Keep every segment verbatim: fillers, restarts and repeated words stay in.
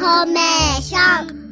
フォメーション。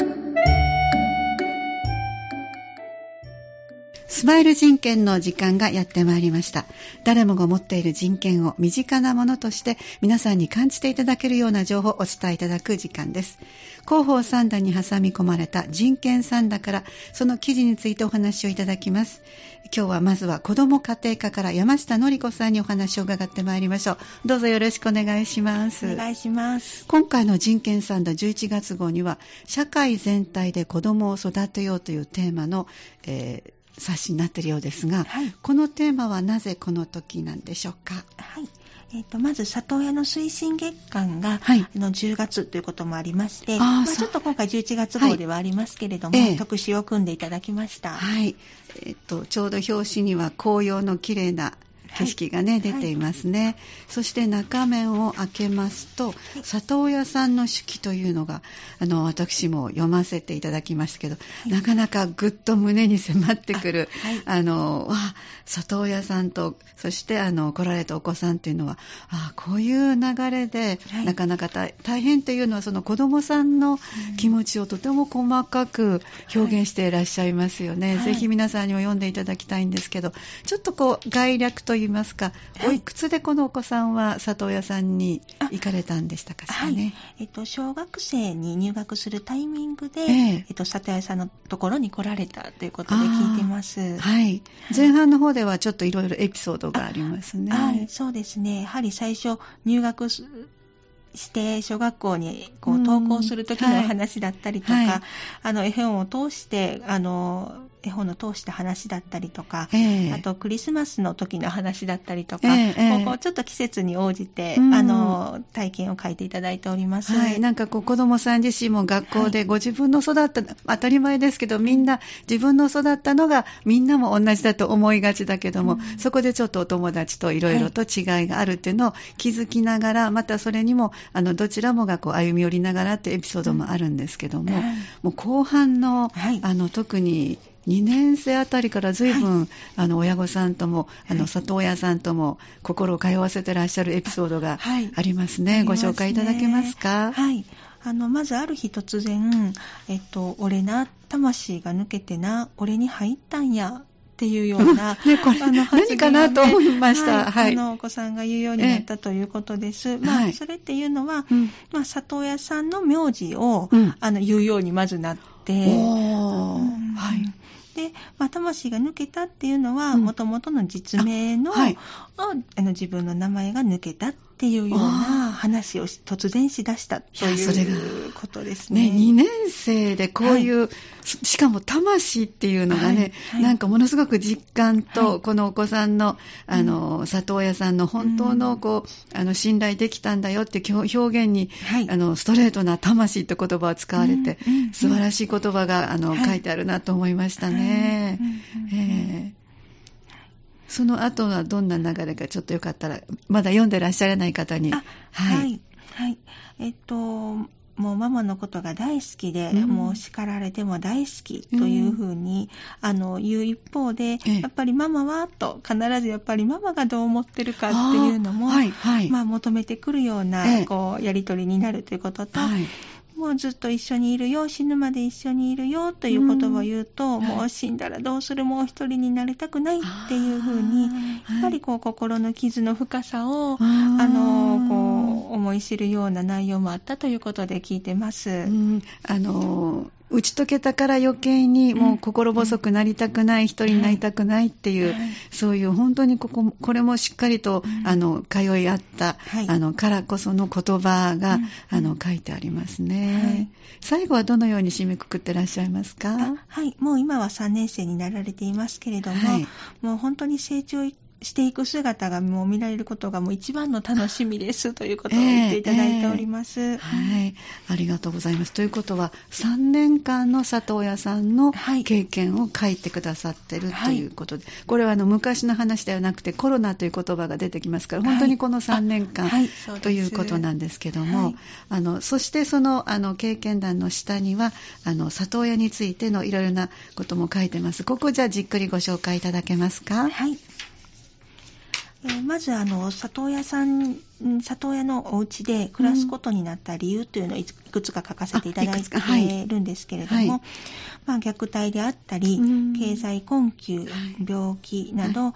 スマイル人権の時間がやってまいりました。誰もが持っている人権を身近なものとして皆さんに感じていただけるような情報をお伝えいただく時間です。広報三田に挟み込まれた人権三田からその記事についてお話をいただきます。今日はまずは子ども家庭科から山下典子さんにお話を伺ってまいりましょう。どうぞよろしくお願いします。 お願いします。 今回の人権三田じゅういちがつ号には社会全体で子どもを育てようというテーマの、えー冊子になっているようですが、はい、このテーマはなぜこの時なんでしょうか。 はい、えー、とまず里親の推進月間が、はい、あのじゅうがつということもありまして、まあ、ちょっと今回じゅういちがつ号ではありますけれども、はい、特集を組んでいただきました。 はい、えー、とちょうど表紙には紅葉の綺麗な景色がね、はい、出ていますね、はい、そして中面を開けますと、はい、里親さんの手記というのがあの私も読ませていただきましたけど、はい、なかなかぐっと胸に迫ってくる あ,、はい、あのわ里親さんとそしてあの来られたお子さんというのはあこういう流れで、はい、なかなか大変というのはその子どもさんの気持ちをとても細かく表現していらっしゃいますよね、はい、ぜひ皆さんにも読んでいただきたいんですけど、ちょっとこう概略といいますか、おいくつでこのお子さんは里親さんに行かれたんでしたかしらね。はい、 えっと、小学生に入学するタイミングで、えーえっと、里親さんのところに来られたということで聞いてます。 はい、前半の方ではちょっといろいろエピソードがありますね。 はい、そうですね。やはり最初入学すして小学校にこう登校する時の話だったりとか、はいはい、あの絵本を通してあの絵本を通した話だったりとか、えー、あとクリスマスの時の話だったりとか、えー、こうちょっと季節に応じて、うん、あの体験を書いていただいております。 はい、なんかこう子どもさん自身も学校でご自分の育った、はい、当たり前ですけどみんな自分の育ったのがみんなも同じだと思いがちだけども、うん、そこでちょっとお友達といろいろと違いがあるっていうのを気づきながら、はい、またそれにもあのどちらもがこう歩み寄りながらってエピソードもあるんですけども、うん、もう後半の、はい、あの特ににねん生あたりから随分、はい、あの親御さんともあの里親さんとも心を通わせてらっしゃるエピソードがありますね。はい、ご紹介いただけますか。 はい、あのまずある日突然、えっと、俺な魂が抜けてな俺に入ったんやっていうような、 ね、これあの何かなと思いました。 はいはい、あのお子さんが言うようになったということです。えまあ、はい、それっていうのは、うんまあ、里親さんの名字を、うん、あの言うようにまずなって、おー、うん、はいでまあ、魂が抜けたっていうのはもともとの実名の、はい、あの自分の名前が抜けたっていうような話を突然しだしたということですね。 ねにねん生でこういう、はい、しかも魂っていうのがね、はいはい、なんかものすごく実感と、はい、このお子さんの、あの、うん、里親さんの本当のこう、うん、あの信頼できたんだよって表現に、はい、あのストレートな魂って言葉を使われて、うんうん、素晴らしい言葉があの、はい、書いてあるなと思いましたね。ねえー、その後はどんな流れかちょっとよかったらまだ読んでらっしゃらない方に。 あ、はい、はい、はい、えっともうママのことが大好きで、うん、もう叱られても大好きというふうに、うん、あの言う一方で、えやっぱりママはと必ずやっぱりママがどう思ってるかっていうのも、はいはい、まあ、求めてくるような、えこうやり取りになるということと、はいもうずっと一緒にいるよ死ぬまで一緒にいるよという言葉を言うと、うん、もう死んだらどうするもう一人になりたくないっていうふうにやっぱりこう心の傷の深さをあのこう思い知るような内容もあったということで聞いてます。うん、あの打ち解けたから余計にもう心細くなりたくない、うん、一人になりたくないっていう、はい、そういう本当にこここれもしっかりと、うん、あの通い合った、はい、あのからこその言葉が、うん、あの書いてありますね、はい、最後はどのように締めくくってらっしゃいますか。 はい、もう今はさんねん生になられていますけれども、はい、もう本当に成長していく姿がもう見られることがもう一番の楽しみですということを言っていただいております、えーえー、 はい、ありがとうございます。ということはさんねんかんの里親さんの経験を書いてくださってるということで、はい、これはあの昔の話ではなくてコロナという言葉が出てきますから本当にこのさんねんかん、はい、ということなんですけども、はい、あのそしてその、あの経験談の下にはあの里親についてのいろいろなことも書いてます。ここじゃあじっくりご紹介いただけますか。 はい、えー、まずあの里親さん里親のお家で暮らすことになった理由というのをいくつか書かせていただいているんですけれども、はいはいまあ、虐待であったり、経済困窮、病気など、はい、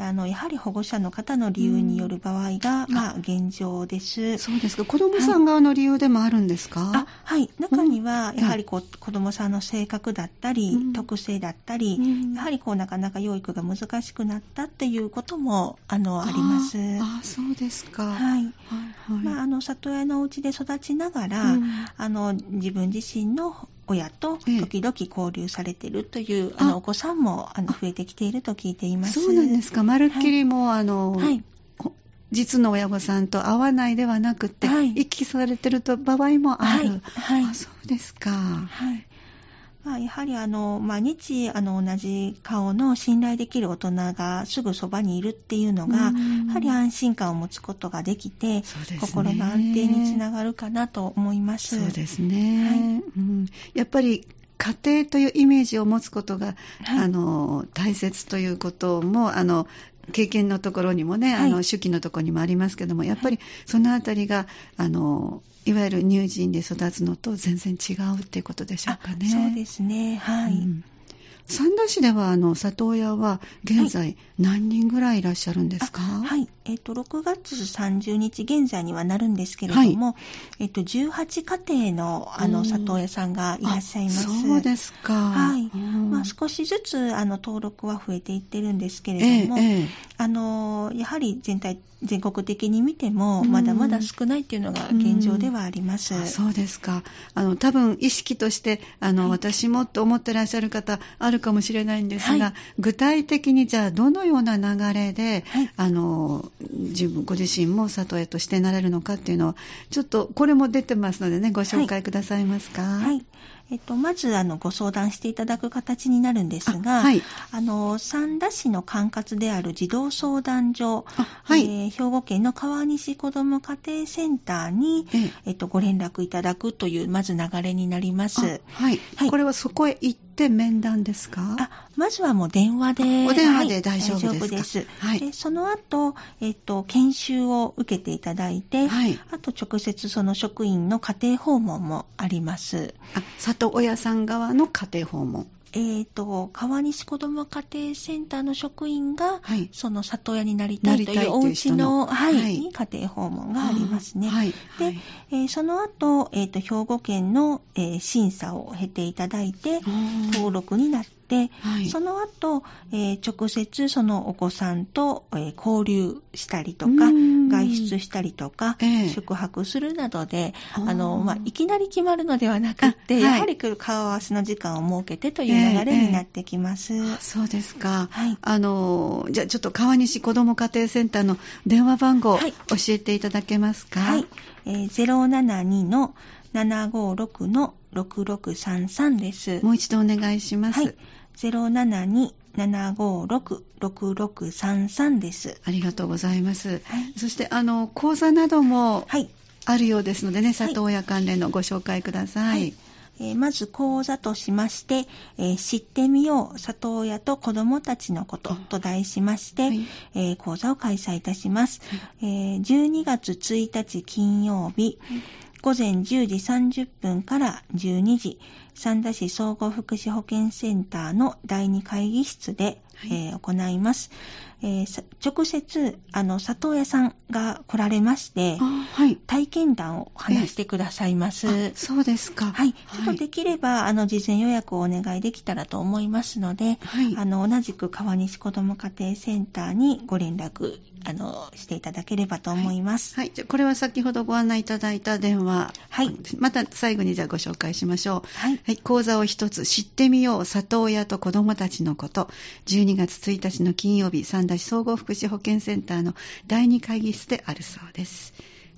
あのやはり保護者の方の理由による場合が、まあ、現状です。 そうですか。子どもさん側の理由でもあるんですか？ はい、あはい、中にはやはりこう、子どもさんの性格だったり、うん、特性だったり、うん、やはりこうなかなか養育が難しくなったっていうことも あのあります。 ああ、そうですか。 はいはいはいまあ、あの里親のお家で育ちながら、うん、あの自分自身の親と時々交流されているという、ええ、あのお子さんもあの増えてきていると聞いています。 そうなんですか。まるっきりも、はい、あの、はい、実の親御さんと会わないではなくて、はい、行き来されていると場合もある。はいはい、あそうですか。 はいまあ、やはりあの毎日あの同じ顔の信頼できる大人がすぐそばにいるっていうのがやはり安心感を持つことができて、ね、心の安定につながるかなと思います。 そうですね、はいうん、やっぱり家庭というイメージを持つことが、はい、あの大切ということもあの経験のところにもね、はい、あの手記のところにもありますけども、やっぱりそのあたりがあのいわゆる乳児院で育つのと全然違うっていうことでしょうかね。 そうですね、はい、うん、 三田市ではあの里親は現在何人ぐらいいらっしゃるんですか？ はい、はいえー、とろくがつさんじゅうにち現在にはなるんですけれども、はいえー、とじゅうはちかてい の, あの里親さんがいらっしゃいます。 そうですか、 はいまあ、少しずつあの登録は増えていってるんですけれども、えーえー、あのやはり全体全国的に見てもまだまだ少ないというのが現状ではあります。 あそうですか。あの多分意識としてあの、はい、私もと思ってらっしゃる方あるかもしれないんですが、はい、具体的にじゃあどのような流れで、はい、あの自分ご自身も里親としてなれるのかっていうのをちょっとこれも出てますのでねご紹介くださいますか？ はい、はいえっと、まずあのご相談していただく形になるんですが、あ、はい、あの三田市の管轄である児童相談所、はいえー、兵庫県の川西子ども家庭センターに、えええっと、ご連絡いただくというまず流れになります。 はいはい、これはそこへ行って面談ですか？ あまずはもう電話でお電話で大丈夫ですか？はい、大丈夫です。 はい、でその後、えっと、研修を受けていただいて、はい、あと直接その職員の家庭訪問もあります。 あ里親さん側の家庭訪問えーと、川西子ども家庭センターの職員が、はい、その里親になりたいというお家の、はい、はい、家庭訪問がありますね。はい、で、はいえー、その後、えーと、兵庫県の、えー、審査を経ていただいて、登録になって、はい、その後、えー、直接そのお子さんと、えー、交流したりとか、外出したりとか、えー、宿泊するなどで、あの、まあ、いきなり決まるのではなくって、はい、やはり顔合わせの時間を設けてという流れになってきます。えーえー、 そうですか。はい、あのじゃあちょっと川西子ども家庭センターの電話番号、はい、教えていただけますか？ はい、えー、ゼロななにのななごろくのろくろくさんさんです。 もう一度お願いします。はい、 ゼロななにのななごろくのろくろくさんさんです。 ありがとうございます。はい、そしてあの講座などもあるようですのでね、里親関連のご紹介ください。はいはいえー、まず講座としまして、えー、知ってみよう里親と子どもたちのことと題しまして、はいえー、講座を開催いたします。はいえー、じゅうにがつついたち金曜日、はい午前じゅうじさんじゅっぷんからじゅうにじ、三田市総合福祉保健センターのだいに会議室で、はいえー、行います。えー、直接あの里親さんが来られまして、はい、体験談を話してくださいます。 えー、そうですか。 はい、ちょっとできればあの事前予約をお願いできたらと思いますので、はい、あの同じく川西子ども家庭センターにご連絡あのしていただければと思います。 はい、はい、じゃこれは先ほどご案内いただいた電話、はい、また最後にじゃあご紹介しましょう。はい、はい、講座を一つ知ってみよう里親と子どもたちのこと。じゅうにがつついたちの金曜日、三田市総合福祉保健センターのだいに会議室であるそうです。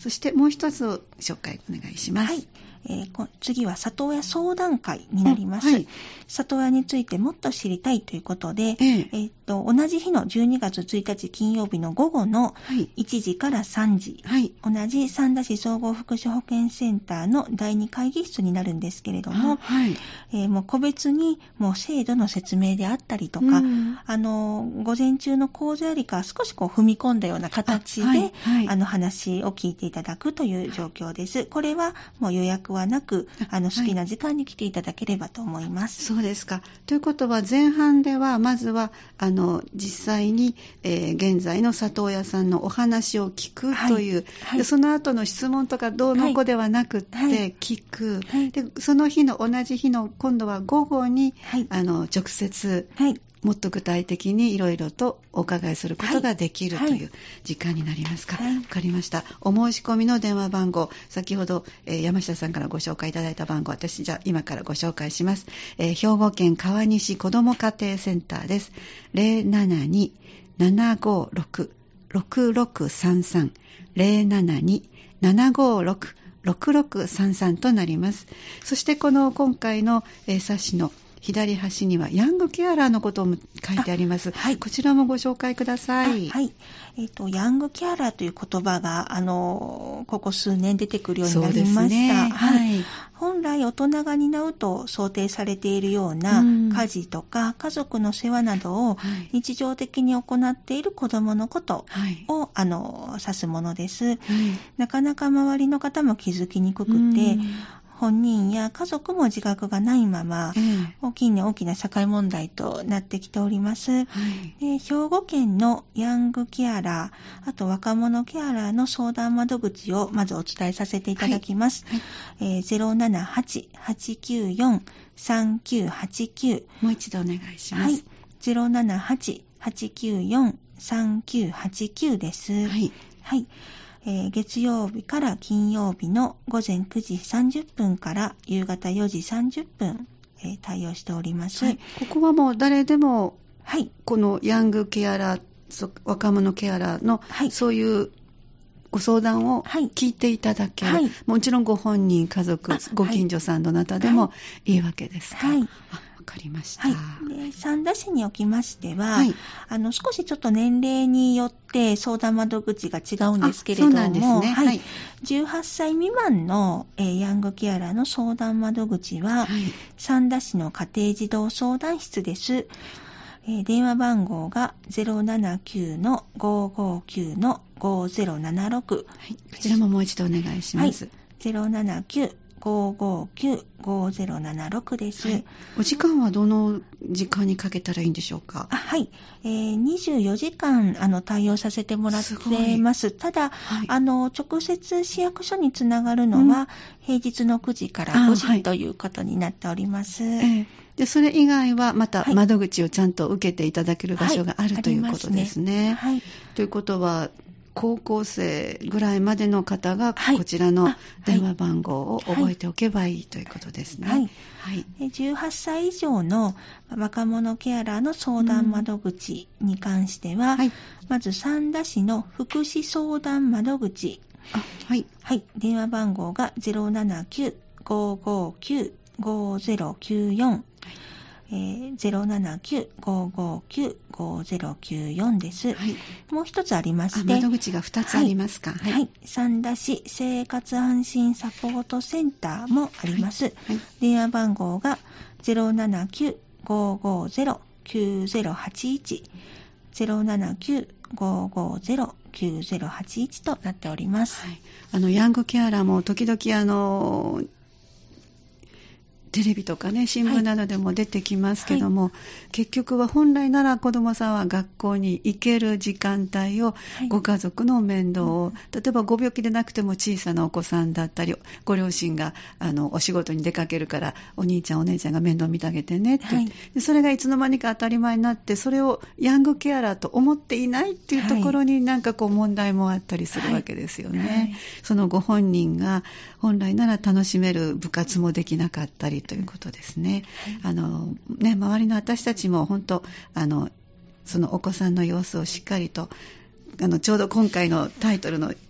そしてもう一つ紹介お願いします。 はい。えー、次は里親相談会になります、 はい、 里親についてもっと知りたいということで、 えーえー、と同じ日のじゅうにがつついたち金曜日の午後のいちじからさんじ、 はい、 同じ三田市総合福祉保健センターのだいに会議室になるんですけれども、 はい、えー、もう個別にもう制度の説明であったりとか、うん、あの午前中の講座よりか少しこう踏み込んだような形であ、はいはい、あの話を聞いていただくという状況です。これはもう予約はなく、あの好きな時間に来ていただければと思います。 そうですか。ということは前半ではまずはあの実際に、えー、現在の里親さんのお話を聞くという、はいはい、でその後の質問とかどうのこうではなくって聞く、はいはい、でその日の同じ日の今度は午後に、はい、あの直接、はいもっと具体的にいろいろとお伺いすることができる、はい、という時間になりますか。わ、はい、かりました。お申し込みの電話番号、先ほど、えー、山下さんからご紹介いただいた番号、私じゃあ今からご紹介します。えー、兵庫県川西子ども家庭センターです。ゼロななに ななごろく ろくろくさんさん ゼロななに ななごろく ろくろくさんさんとなります。そしてこの今回の、えー、冊子の左端にはヤングケアラーのことも書いてあります。はい、こちらもご紹介ください。 はい。えっと、ヤングケアラーという言葉が、あの、ここ数年出てくるようになりました。そうですね。はい。はい、本来大人が担うと想定されているような家事とか家族の世話などを日常的に行っている子どものことを、はい、あの、指すものです。はい、なかなか周りの方も気づきにくくて、本人や家族も自覚がないまま、えー、大きな大きな社会問題となってきております、はい、で兵庫県のヤングケアラー、あと若者ケアラーの相談窓口をまずお伝えさせていただきます、はいはいえー、ゼロななはち はちきゅうよん さんきゅうはちきゅうもう一度お願いします、はい、 ゼロななはち はちきゅうよん さんきゅうはちきゅう です。はい、はいえー、月曜日から金曜日の午前くじさんじゅっぷんから夕方よじさんじゅっぷん、えー、対応しております、はい、 ここはもう誰でも、はい、このヤングケアラー、若者ケアラーの、はい、そういうご相談を聞いていただける、はい、もちろんご本人、家族、ご近所さんどなたでもいいわけですか。はいはいわかりました。 はい、で三田市におきましては、はい、あの少しちょっと年齢によって相談窓口が違うんですけれども、そうなんですね。はいはい、じゅうはっさい未満の、えー、ヤングケアラーの相談窓口は、はい、三田市の家庭児童相談室です。えー、電話番号が ゼロななきゅう の ごーごーきゅう の ごーゼロななろく、 はい、こちらももう一度お願いします。はい、 ゼロななきゅう ごーごーきゅう ごーゼロななろくです、はい。 お時間はどの時間にかけたらいいんでしょうか。 あはい、えー、にじゅうよじかんあの対応させてもらってます。ただ、はい、あの直接市役所につながるのは、うん、平日のくじからごじ、はい、ということになっております。えーでそれ以外はまた窓口をちゃんと受けていただける場所がある、はい、ということですね。はい、ということは高校生ぐらいまでの方がこちらの電話番号を覚えておけばいいということですね。はいはいはい、じゅうはっさい以上の若者ケアラーの相談窓口に関しては、うんはい、まず三田市の福祉相談窓口、あ、はいはい、電話番号が ゼロななきゅう ごーごーきゅう ごーゼロきゅうよんえー、ゼロななきゅう ごーごーきゅう ごーゼロきゅうよんです、はい、もう一つありまして、 窓口がふたつありますか。 はい、はい、三田市生活安心サポートセンターもあります、はいはい、電話番号が ゼロななきゅう ごーごーゼロ きゅうゼロはちいち ゼロななきゅう ごーごーゼロ きゅうゼロはちいちとなっております、はい、 あのヤングケアラーも時々あのテレビとかね新聞などでも出てきますけども、はいはい、結局は本来なら子どもさんは学校に行ける時間帯をご家族の面倒を、はい、例えばご病気でなくても小さなお子さんだったりご両親があのお仕事に出かけるからお兄ちゃんお姉ちゃんが面倒見てあげてねって、はい、でそれがいつの間にか当たり前になってそれをヤングケアラーと思っていないっていうところになんかこう問題もあったりするわけですよね、はいはい、そのご本人が本来なら楽しめる部活もできなかったりということですね。はい、あのね周りの私たちも本当あのそのお子さんの様子をしっかりとあのちょうど今回のタイトルの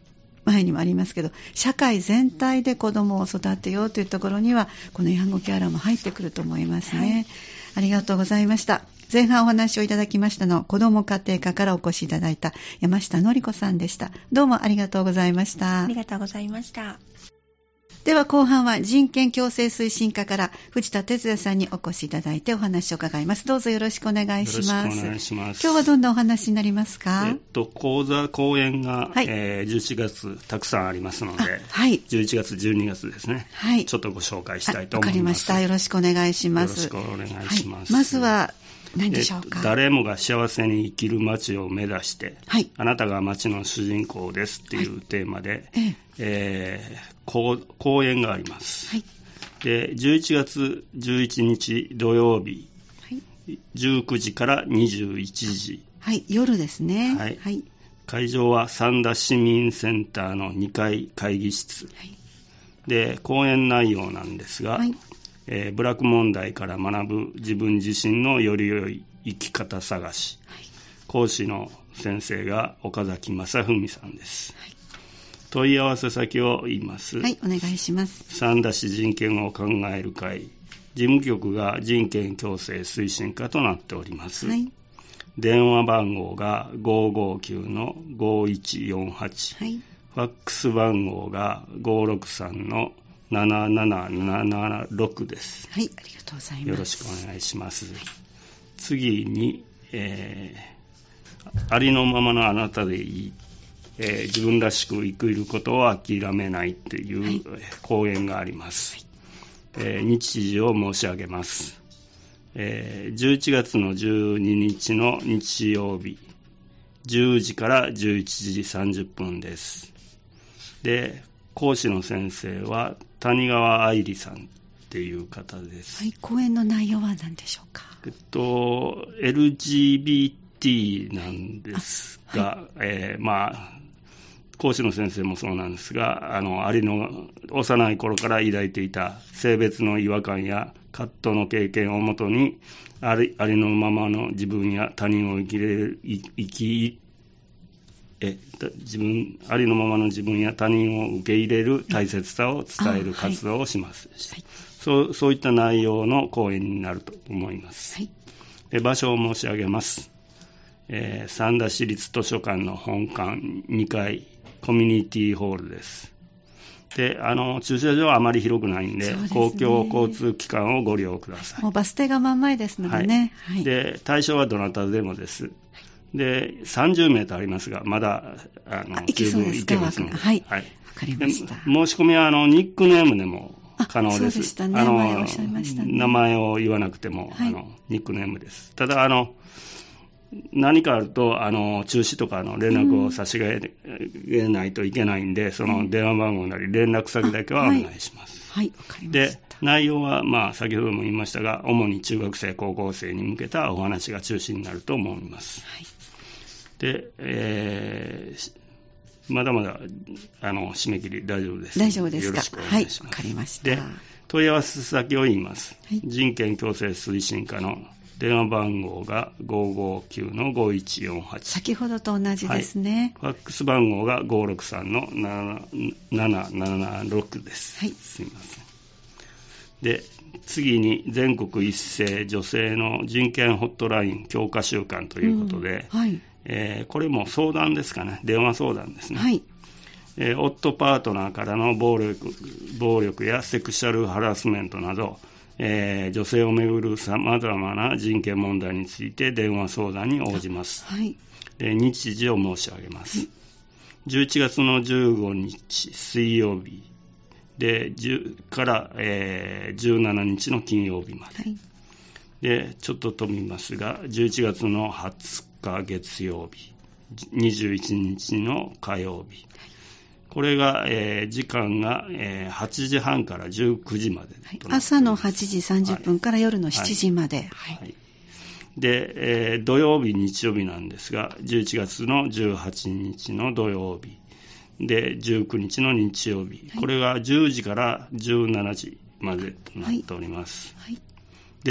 前にもありますけど、社会全体で子どもを育てようというところにはこのヤングケアラーも入ってくると思いますね、はい、ありがとうございました。前半お話をいただきましたのは子ども家庭科からお越しいただいた山下典子さんでした。どうもありがとうございました。 ありがとうございました。 では後半は人権共生推進課から藤田哲也さんにお越しいただいてお話を伺います。どうぞよろしくお願いします。よろしくお願いします。今日はどんなお話になりますか？ えっと、講座講演が、はい、えー、じゅういちがつたくさんありますので、 はい、 じゅういちがつじゅうにがつですね、はい、ちょっとご紹介したいと思います。わかりました。 よろしくお願いします。 よろしくお願いします、 はい、まずは何でしょうか？ 誰もが幸せに生きる街を目指して、はい、あなたが街の主人公ですっていうテーマで、はい、ええー、講, 講演があります、はい、でじゅういちがつじゅういちにち土曜日、はい、じゅうくじからにじゅういちじ、 はい、夜ですね、 はいはい、会場は三田市民センターのにかい会議室、はい、で講演内容なんですが、はい、えー、ブラック問題から学ぶ自分自身のより良い生き方探し、はい、講師の先生が岡崎正文さんです、はい、問い合わせ先を言います。 はい、お願いします。 三田市人権を考える会、事務局が人権共生推進課となっております、はい、電話番号が ごーごーきゅうのごいちよんはち、はい、ファックス番号がごーろくさんのななななななろくです。 はい、ありがとうございます。 よろしくお願いします、はい、次に、えー、ありのままのあなたでいい、えー、自分らしく生きることを諦めないという、はい、講演があります、はい、えー、日時を申し上げます、えー、じゅういちがつのじゅうににちの日曜日じゅうじからじゅういちじさんじゅっぷんです。で講師の先生は谷川愛理さんっていう方です。 はい、講演の内容は何でしょうか？ えっと エルジービーティー なんですが、はい、えー、まあ講師の先生もそうなんですが、あのありの幼い頃から抱いていた性別の違和感や葛藤の経験をもとにあり、ありのままの自分や他人を生きれる生きえ自分ありのままの自分や他人を受け入れる大切さを伝える活動をします、はい、そう、そういった内容の講演になると思います、はい、で場所を申し上げます、えー、三田市立図書館の本館にかいコミュニティホールです。であの駐車場はあまり広くないん で, で、ね、公共交通機関をご利用ください。 もうバス停が真ん前ですのでね、 はいはい、で対象はどなたでもです、でさんじゅうメートルありますがまだあのあ十分行けますので、はい、はい、分かりました。 申し込みはあのニックネームでも可能です。 そうでしたね、あの前おっしゃいましたね。 名前を言わなくても、はい、あのニックネームです。ただあの何かあるとあの中止とかの連絡を差し上げないといけないんで、うん、その電話番号なり連絡先だけはお願いします。 はい、わ、はい、かりました。 で内容は、まあ、先ほども言いましたが主に中学生高校生に向けたお話が中心になると思います、はい、で、えー、まだまだあの締め切り大丈夫です。 大丈夫ですか？ よろしくお願いします。 はい、わかりました。 で問い合わせ先を言います、はい、人権共生推進課の電話番号が ごーごーきゅうのごいちよんはち、 先ほどと同じですね、 はい、ファックス番号がごーろくさんのなななななろくです、はい、すいません。で次に全国一斉女性の人権ホットライン強化週間ということで、うん、はい、えー、これも相談ですかね、電話相談ですね、はい、えー、夫パートナーからの暴力、暴力やセクシャルハラスメントなど、えー、女性をめぐるさまざまな人権問題について電話相談に応じます、はい、で日時を申し上げます、はい、じゅういちがつのじゅうごにち水曜日でじゅうから、えー、じゅうしちにちの金曜日まで、はい、でちょっと飛びますがじゅういちがつのはつか月曜日にじゅういちにちの火曜日、これが、えー、時間が、えー、はちじはんからじゅうくじまでとなっています、はい、 朝のはちじさんじゅっぷんから夜のしちじまで、はいはいはい、 で、えー、土曜日日曜日なんですがじゅういちがつのじゅうはちにちの土曜日でじゅうくにちの日曜日、はい、これがじゅうじからじゅうしちじまでとなっております、はいはい、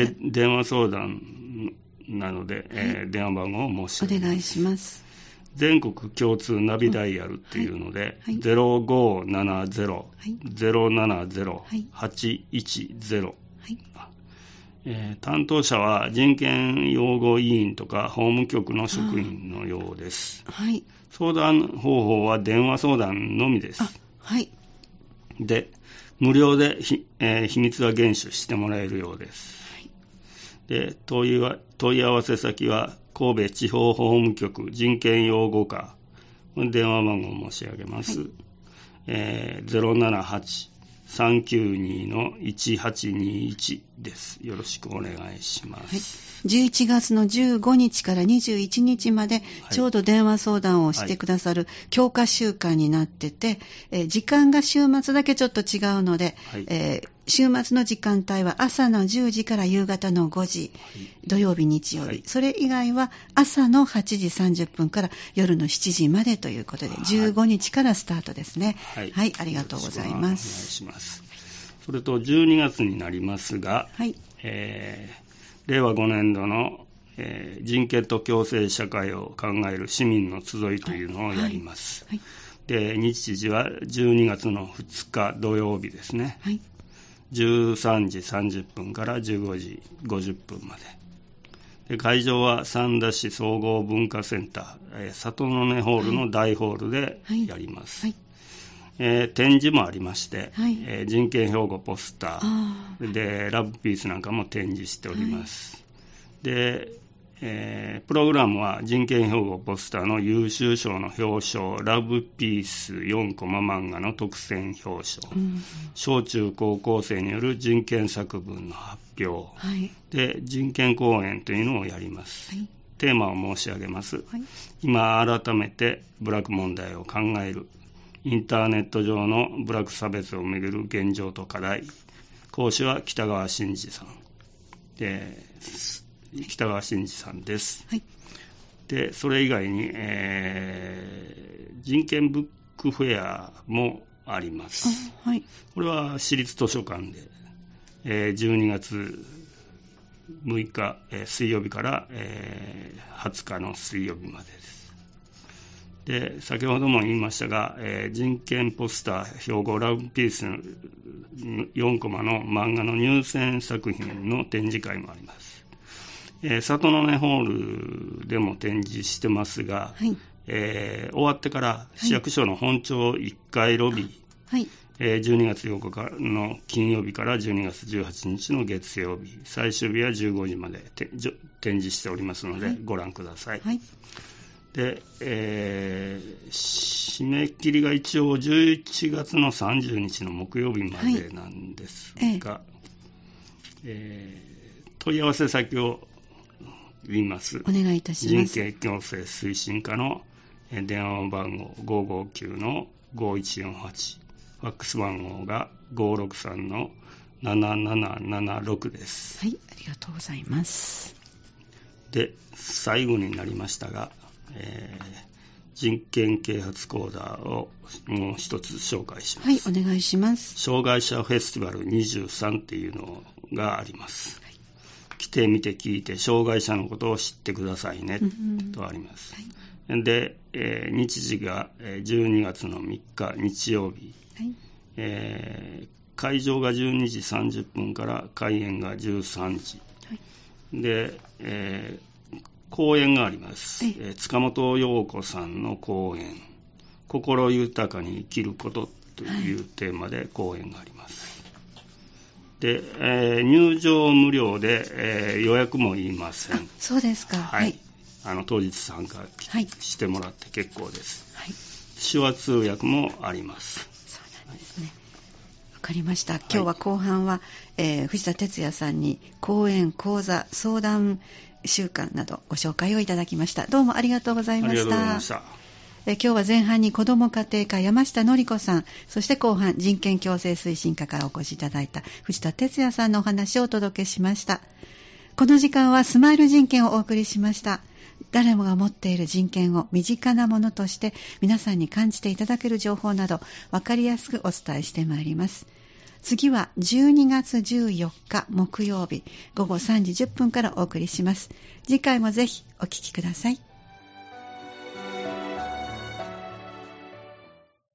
で電話相談なので、はい、えー、電話番号を申し上げます。 お願いします。 全国共通ナビダイヤルっていうので、はいはい、ゼロごーななゼロ ゼロななゼロ はちいちゼロ、はいえー、担当者は人権擁護委員とか法務局の職員のようです、はい、相談方法は電話相談のみです。はい、で無料でひ、えー、秘密は厳守してもらえるようです、はい、で問いは問い合わせ先は神戸地方法務局人権擁護課、電話番号を申し上げます、はいえー、ゼロななはち さんきゅうに のいちはちにいちです。よろしくお願いします、 はい、じゅういちがつのじゅうごにちからにじゅういちにちまでちょうど電話相談をしてくださる強化週間になってて、えー、時間が週末だけちょっと違うので、はいえー、週末の時間帯は朝のじゅうじから夕方のごじ、はい、土曜日日曜日、はい、それ以外は朝のはちじさんじゅっぷんから夜のしちじまでということで、はい、じゅうごにちからスタートですね。はい、はい、ありがとうございます。 お願いします。それとじゅうにがつになりますが、はいえー、れいわごねんどの、えー、人権と共生社会を考える市民の集いというのをやります、はいはい、で日時はじゅうにがつのふつか土曜日ですね、はい、じゅうさんじさんじゅっぷんからじゅうごじごじゅっぷんまで、で会場は三田市総合文化センター、えー、里の根ホールの大ホールでやります、はいはいえー、展示もありまして、はいえー、人権標語ポスターでラブピースなんかも展示しております、はい、で、えー、プログラムは人権標語ポスターの優秀賞の表彰、ラブピースよんコマ漫画の特選表彰、うん、小中高校生による人権作文の発表、はい、で人権講演というのをやります、はい、テーマを申し上げます、はい、今改めてブラック問題を考える、インターネット上のブラック差別をめぐる現状と課題。講師は北川真司さんで、北川真司さんです、はい、でそれ以外に、えー、人権ブックフェアもあります、はい、これは市立図書館で、えー、じゅうにがつむいか、えー、水曜日から、えー、はつかの水曜日までです。で先ほども言いましたが、えー、人権ポスター標語ラブピースよんコマの漫画の入選作品の展示会もあります、えー、里の根ホールでも展示してますが、はいえー、終わってから市役所の本庁いっかいロビー、はいえー、じゅうにがつようかの金曜日からじゅうにがつじゅうはちにちの月曜日、最終日はじゅうごじまで展示しておりますので、はい、ご覧ください、はいで、えー、締め切りが一応じゅういちがつのさんじゅうにちの木曜日までなんですが、はいえー、問い合わせ先を言います。 お願いいたします。 人権共生推進課の電話番号 ごーごーきゅうのごいちよんはち、ファックス番号がごーろくさんのななななななろくです。 はい、ありがとうございます。 で、最後になりましたが、えー、人権啓発講座をもう一つ紹介します。 はい、お願いします。 障害者フェスティバルにじゅうさんっていうのがあります、はい、来てみて聞いて障害者のことを知ってくださいね、うんうん、とあります、はい、で、えー、日時がじゅうにがつのみっか日曜日、はいえー、会場がじゅうにじさんじゅっぷんから開演がじゅうさんじ、はい、で、えー講演があります、えー、塚本陽子さんの講演、心豊かに生きることというテーマで講演があります、はい、で、えー、入場無料で、えー、予約もいりません。 そうですか、 はい、はい、あの当日参加してもらって結構です、はい、手話通訳もあります。 そうなんですね、わかりました。今日は後半は、えー、藤田哲也さんに講演講座相談週間などご紹介をいただきました。どうもありがとうございました。ありがとうございました。え今日は前半に子ども家庭科山下典子さん、そして後半人権共生推進課からお越しいただいた藤田哲也さんのお話をお届けしました。この時間はスマイル人権をお送りしました。誰もが持っている人権を身近なものとして皆さんに感じていただける情報など分かりやすくお伝えしてまいります。次はじゅうにがつじゅうよっか木曜日ごごさんじじゅっぷんからお送りします。次回もぜひお聞きください。